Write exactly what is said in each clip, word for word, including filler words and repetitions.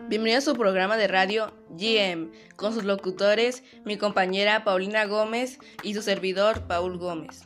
Bienvenido a su programa de radio G M, con sus locutores, mi compañera Paulina Gómez y su servidor Paul Gómez.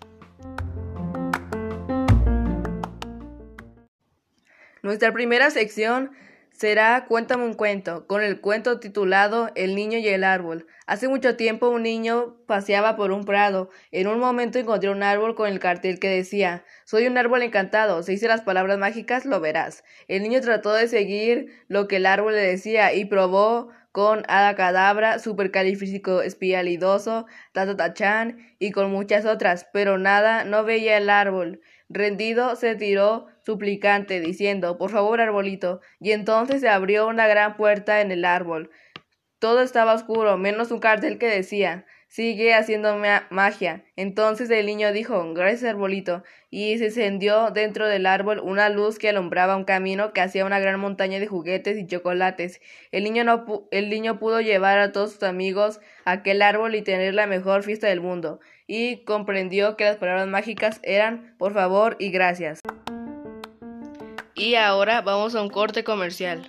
Nuestra primera sección será Cuéntame un cuento, con el cuento titulado El niño y el árbol. Hace mucho tiempo un niño paseaba por un prado. En un momento encontró un árbol con el cartel que decía: soy un árbol encantado, si dice las palabras mágicas lo verás. El niño trató de seguir lo que el árbol le decía y probó con Adacadabra, Supercalifragilisticoexpialidoso, Tatatachán y con muchas otras, pero nada, no veía el árbol. Rendido se tiró suplicante, diciendo: por favor, arbolito. Y entonces se abrió una gran puerta en el árbol. Todo estaba oscuro, menos un cartel que decía: sigue haciendo ma- magia. Entonces el niño dijo: gracias, arbolito. Y se encendió dentro del árbol una luz que alumbraba un camino que hacía una gran montaña de juguetes y chocolates. El niño, no pu- el niño pudo llevar a todos sus amigos a aquel árbol y tener la mejor fiesta del mundo. Y comprendió que las palabras mágicas eran por favor y gracias. Y ahora vamos a un corte comercial.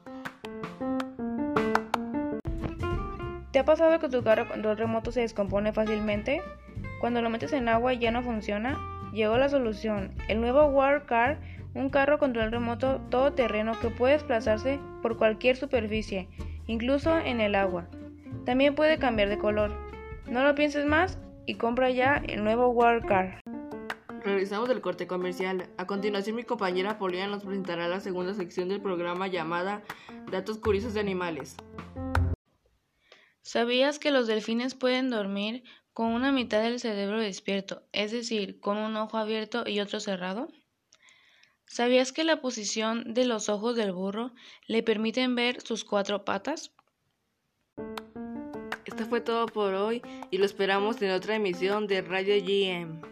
¿Te ha pasado que tu carro a control remoto se descompone fácilmente? Cuando lo metes en agua y ya no funciona. Llegó la solución, el nuevo Water Car, un carro a control remoto todoterreno que puede desplazarse por cualquier superficie, incluso en el agua. También puede cambiar de color. No lo pienses más y compra ya el nuevo Water Car. Regresamos del corte comercial. A continuación, mi compañera Paulina nos presentará la segunda sección del programa llamada Datos curiosos de animales. ¿Sabías que los delfines pueden dormir con una mitad del cerebro despierto, es decir, con un ojo abierto y otro cerrado? ¿Sabías que la posición de los ojos del burro le permiten ver sus cuatro patas? Esto fue todo por hoy y lo esperamos en otra emisión de Radio G M.